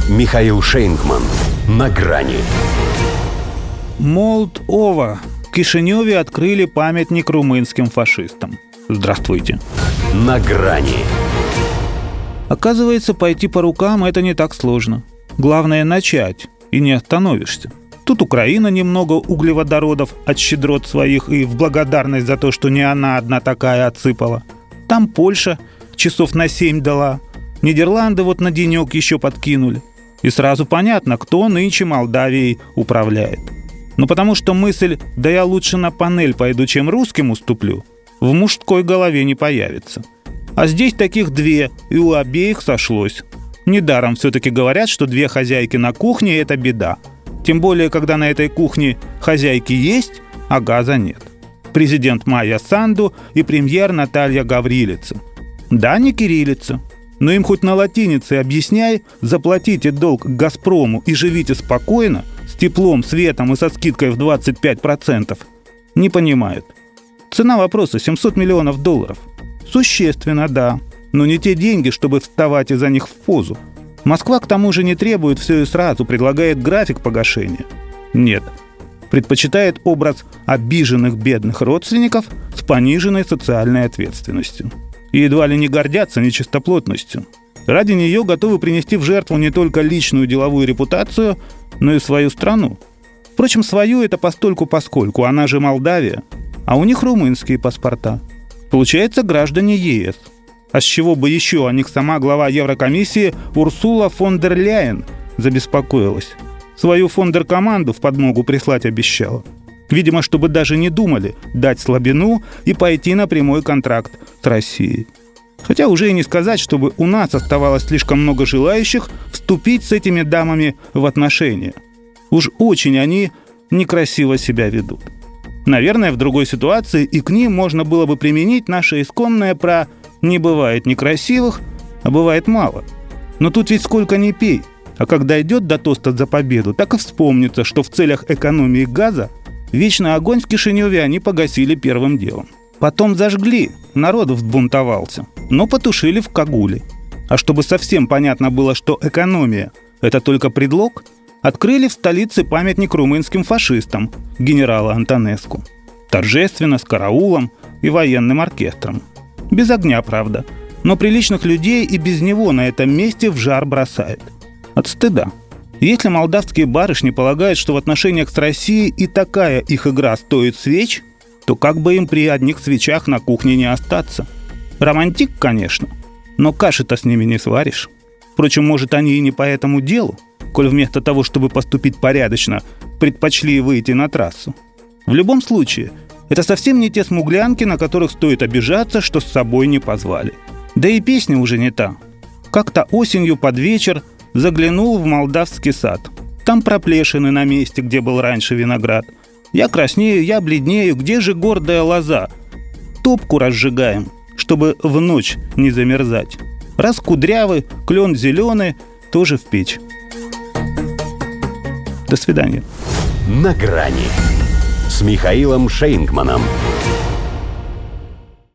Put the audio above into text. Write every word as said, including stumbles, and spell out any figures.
Михаил Шейнгман. На грани. Молдова. В Кишиневе открыли памятник румынским фашистам. Здравствуйте. На грани. Оказывается, пойти по рукам – это не так сложно. Главное – начать, и не остановишься. Тут Украина немного углеводородов от щедрот своих и в благодарность за то, что не она одна такая отсыпала. Там Польша часов на семь дала. Нидерланды вот на денек еще подкинули. И сразу понятно, кто нынче Молдавией управляет. Но потому что мысль «да я лучше на панель пойду, чем русским уступлю» в мужской голове не появится. А здесь таких две, и у обеих сошлось. Недаром все-таки говорят, что две хозяйки на кухне – это беда. Тем более, когда на этой кухне хозяйки есть, а газа нет. Президент Майя Санду и премьер Наталья Гаврилица. Да, не кириллица, но им хоть на латинице объясняй, заплатите долг «Газпрому» и живите спокойно, с теплом, светом и со скидкой в двадцать пять процентов. Не понимают. Цена вопроса семьсот миллионов долларов. Существенно, да, но не те деньги, чтобы вставать из-за них в позу. Москва к тому же не требует все и сразу, предлагает график погашения. Нет, предпочитает образ обиженных бедных родственников с пониженной социальной ответственностью. И едва ли не гордятся нечистоплотностью. Ради нее готовы принести в жертву не только личную деловую репутацию, но и свою страну. Впрочем, свою это постольку-поскольку, она же Молдавия, а у них румынские паспорта. Получается, граждане ЕС. А с чего бы еще о них сама глава Еврокомиссии Урсула фон дер Ляйен забеспокоилась? Свою фондеркоманду в подмогу прислать обещала. Видимо, чтобы даже не думали дать слабину и пойти на прямой контракт с Россией. Хотя уже и не сказать, чтобы у нас оставалось слишком много желающих вступить с этими дамами в отношения. Уж очень они некрасиво себя ведут. Наверное, в другой ситуации и к ним можно было бы применить наше исконное про «не бывает некрасивых, а бывает мало». Но тут ведь сколько ни пей. А когда идет до тоста за победу, так и вспомнится, что в целях экономии газа вечный огонь в Кишиневе они погасили первым делом. Потом зажгли, народ взбунтовался, но потушили в Кагуле. А чтобы совсем понятно было, что экономия – это только предлог, открыли в столице памятник румынским фашистам генерала Антонеску. Торжественно, с караулом и военным оркестром. Без огня, правда, но приличных людей и без него на этом месте в жар бросает. От стыда. Если молдавские барышни полагают, что в отношениях с Россией и такая их игра стоит свеч, то как бы им при одних свечах на кухне не остаться. Романтик, конечно, но каши-то с ними не сваришь. Впрочем, может, они и не по этому делу, коль вместо того, чтобы поступить порядочно, предпочли выйти на трассу. В любом случае, это совсем не те смуглянки, на которых стоит обижаться, что с собой не позвали. Да и песня уже не та. Как-то осенью под вечер заглянул в молдавский сад. Там проплешины на месте, где был раньше виноград. Я краснею, я бледнею, где же гордая лоза? Топку разжигаем, чтобы в ночь не замерзать. Раз кудрявый, клен зеленый, тоже в печь. До свидания. На грани с Михаилом Шейнгманом.